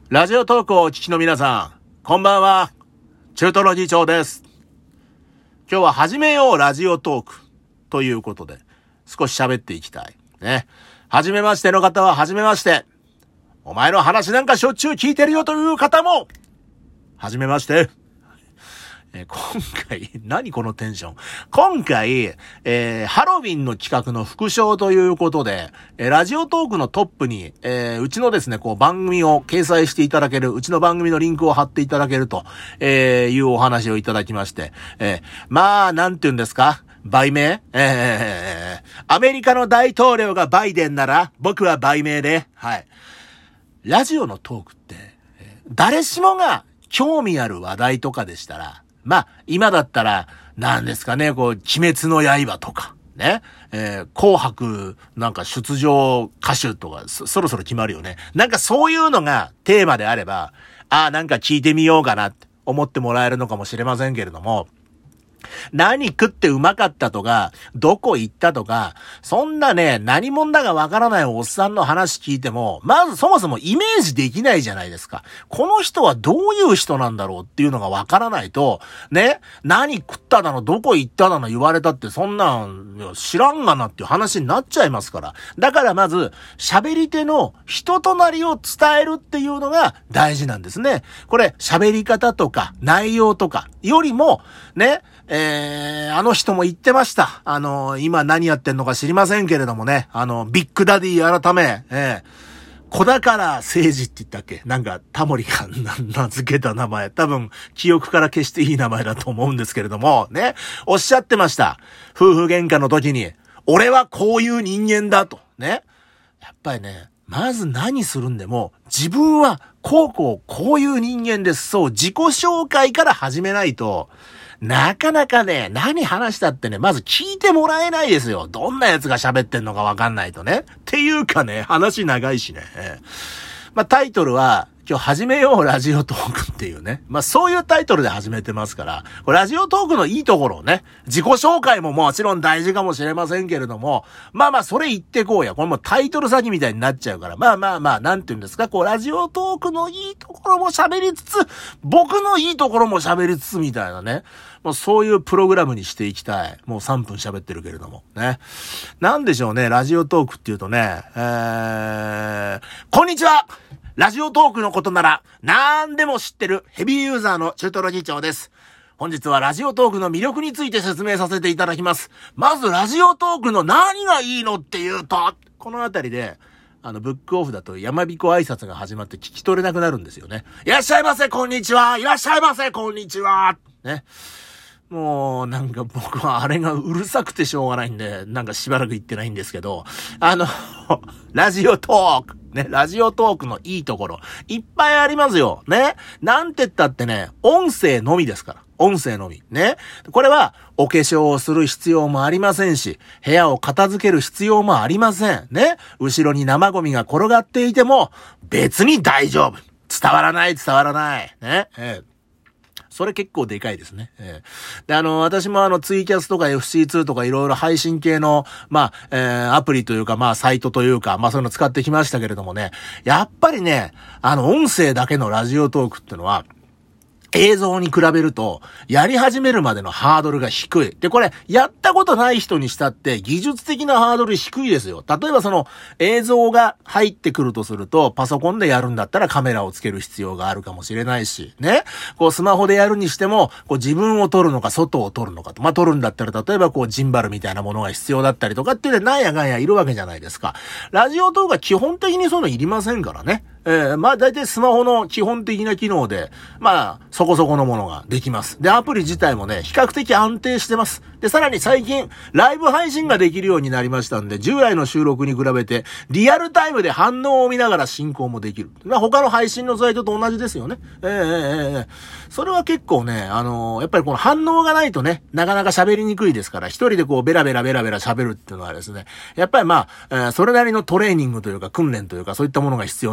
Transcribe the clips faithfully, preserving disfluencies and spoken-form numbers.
ラジオトークをお聞きの皆さん、こんばんは。中トロ議長です。今日は始めようラジオトークということで、少し喋っていきたい。ね。初めましての方は初めまして。お前の話なんかしょっちゅう聞いてるよという方も、初めまして。えー、今回、何このテンション。今回、えー、ハロウィンの企画の副賞ということで、えー、ラジオトークのトップに、えー、うちのですね、こう番組を掲載していただける、うちの番組のリンクを貼っていただけると、えー、いうお話をいただきまして、えー、まあ、なんて言うんですか売名えー、アメリカの大統領がバイデンなら、僕は売名で、はい。ラジオのトークって、誰しもが興味ある話題とかでしたら、まあ、今だったら、なんですかね、こう、鬼滅の刃とか、ね、えー、紅白なんか出場歌手とかそ、そろそろ決まるよね。なんかそういうのがテーマであれば、ああ、なんか聞いてみようかなって思ってもらえるのかもしれませんけれども、何食ってうまかったとか、どこ行ったとか、そんなね、何者だかわからないおっさんの話聞いても、まずそもそもイメージできないじゃないですか。この人はどういう人なんだろうっていうのがわからないと、ね、何食っただの、どこ行っただの言われたってそんなん知らんがなっていう話になっちゃいますから。だからまず、喋り手の人となりを伝えるっていうのが大事なんですね。これ、喋り方とか内容とかよりも、ね、えー、あの人も言ってました。あの、今何やってんのか知りませんけれどもね。あの、ビッグダディ改め、えー、小宝誠治って言ったっけなんか、タモリが名付けた名前。多分、記憶から消していい名前だと思うんですけれども、ね。おっしゃってました。夫婦喧嘩の時に、俺はこういう人間だと。ね。やっぱりね、まず何するんでも、自分はこうこうこういう人間です。そう、自己紹介から始めないと、なかなかね、何話したってね、まず聞いてもらえないですよ。どんなやつが喋ってんのかわかんないとね。っていうかね、話長いしね。まあ、タイトルは、今日始めようラジオトークっていうね。まあ、そういうタイトルで始めてますから、これラジオトークのいいところをね、自己紹介ももちろん大事かもしれませんけれども、まあまあ、それ言ってこうや。これもうタイトル先みたいになっちゃうから、まあまあまあ、なんて言うんですか、こう、ラジオトークのいいところも喋りつつ、僕のいいところも喋りつつみたいなね。もうそういうプログラムにしていきたい。もうさんぷん喋ってるけれども。ね。なんでしょうね、ラジオトークっていうとね、えー、こんにちはラジオトークのことなら何でも知ってるヘビーユーザーの中トロ議長です。本日はラジオトークの魅力について説明させていただきます。まずラジオトークの何がいいのっていうと、このあたりであのブックオフだと山彦挨拶が始まって聞き取れなくなるんですよね。いらっしゃいませこんにちは。いらっしゃいませこんにちは。ね。もうなんか僕はあれがうるさくてしょうがないんで、なんかしばらく言ってないんですけど、あのラジオトークね、ラジオトークのいいところいっぱいありますよ。ね、なんて言ったってね、音声のみですから。音声のみね。これはお化粧をする必要もありませんし、部屋を片付ける必要もありませんね。後ろに生ゴミが転がっていても別に大丈夫。伝わらない伝わらないね。えーそれ結構でかいですね。えー、で、あの、私もあの、ツイキャスとか エフシーツー とかいろいろ配信系の、まあ、えー、アプリというか、まあ、サイトというか、まあ、そういうの使ってきましたけれどもね、やっぱりね、あの、音声だけのラジオトークってのは、映像に比べると、やり始めるまでのハードルが低い。で、これ、やったことない人にしたって、技術的なハードル低いですよ。例えばその、映像が入ってくるとすると、パソコンでやるんだったらカメラをつける必要があるかもしれないし、ね。こう、スマホでやるにしても、こう、自分を撮るのか、外を撮るのかと。まあ、撮るんだったら、例えばこう、ジンバルみたいなものが必要だったりとかっていうので、なんやかんやいるわけじゃないですか。ラジオ動画基本的にそういうのいりませんからね。えー、まあ大体スマホの基本的な機能で、まあそこそこのものができます。で、アプリ自体もね、比較的安定してます。で、さらに最近、ライブ配信ができるようになりましたんで、従来の収録に比べて、リアルタイムで反応を見ながら進行もできる。まあ他の配信のサイトと同じですよね。えー、えー、えー、それは結構ね、あのー、やっぱりこの反応がないとね、なかなか喋りにくいですから、一人でこうベラベラベラベラ喋るっていうのはですね、やっぱりまあ、えー、それなりのトレーニングというか訓練というか、そういったものが必要になってくる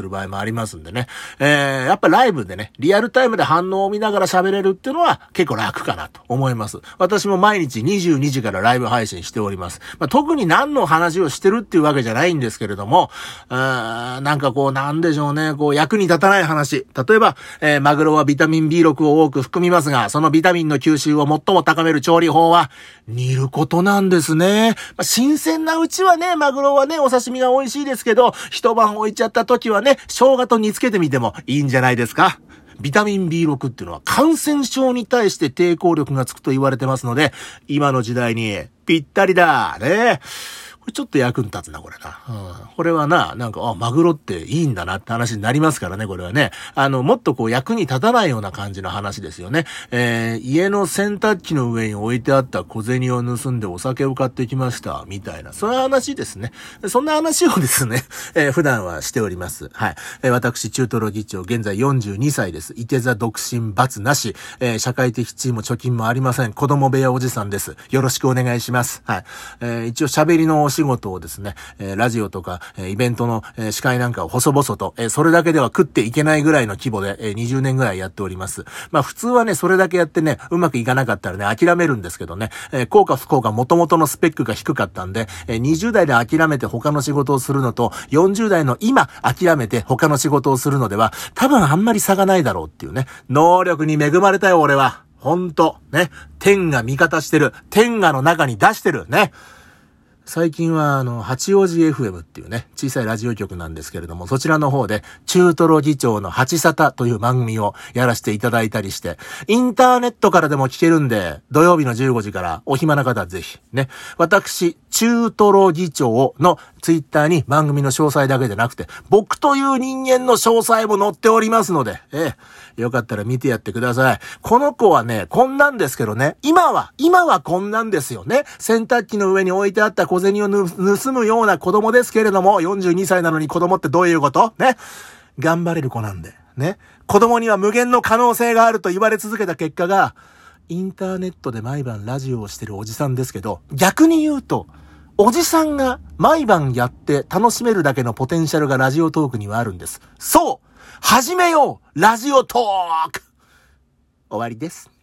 る場合もありますんでね。えー、やっぱライブでね、リアルタイムで反応を見ながら喋れるっていうのは結構楽かなと思います。私も毎日にじゅうにじからライブ配信しております。まあ、特に何の話をしてるっていうわけじゃないんですけれども、あーなんかこうなんでしょうね、こう役に立たない話。例えば、えー、マグロはビタミン ビーろく を多く含みますが、そのビタミンの吸収を最も高める調理法は煮ることなんですね。まあ、新鮮なうちはね、マグロはね、お刺身が美味しいですけど、一晩置いちゃった時はね、生姜と煮つけてみてもいいんじゃないですか。ビタミン ビーろく っていうのは感染症に対して抵抗力がつくと言われてますので、今の時代にぴったりだね。これちょっと役に立つな、これな。うん、これはな、なんか、あ、マグロっていいんだなって話になりますからね、これはね。あの、もっとこう役に立たないような感じの話ですよね。えー、家の洗濯機の上に置いてあった小銭を盗んでお酒を買ってきました、みたいな。そういう話ですね。そんな話をですね、えー、普段はしております。はい。えー、私、中トロ議長、現在よんじゅうにさいです。いて座独身罰なし。えー、社会的地位も貯金もありません。子供部屋おじさんです。よろしくお願いします。はい。えー、一応喋りのお仕事をですね、えー、ラジオとか、えー、イベントの、えー、司会なんかを細々と、えー、それだけでは食っていけないぐらいの規模で、えー、にじゅうねんぐらいやっております。まあ普通はね、それだけやってね、うまくいかなかったらね、諦めるんですけどね、えー、効果不効果元々のスペックが低かったんで、えー、にじゅう代で諦めて他の仕事をするのと、よんじゅう代の今諦めて他の仕事をするのでは、多分あんまり差がないだろうっていうね、能力に恵まれたよ、俺は。ほんと、ね。天が味方してる。天がの中に出してる。ね。最近はあの八王子 エフエム っていうね小さいラジオ局なんですけれども、そちらの方で中トロ議長の八沙汰という番組をやらせていただいたりして、インターネットからでも聞けるんで、土曜日のじゅうごじからお暇な方はぜひね、私中トロ議長のツイッターに番組の詳細だけでなくて、僕という人間の詳細も載っておりますので、ええ、よかったら見てやってください。この子はねこんなんですけどね、今は今はこんなんですよね。洗濯機の上に置いてあった小銭を盗むような子供ですけれども、よんじゅうにさいなのに子供ってどういうことね。頑張れる子なんでね。子供には無限の可能性があると言われ続けた結果が、インターネットで毎晩ラジオをしてるおじさんですけど、逆に言うとおじさんが毎晩やって楽しめるだけのポテンシャルがラジオトークにはあるんです。そう、始めようラジオトーク。終わりです。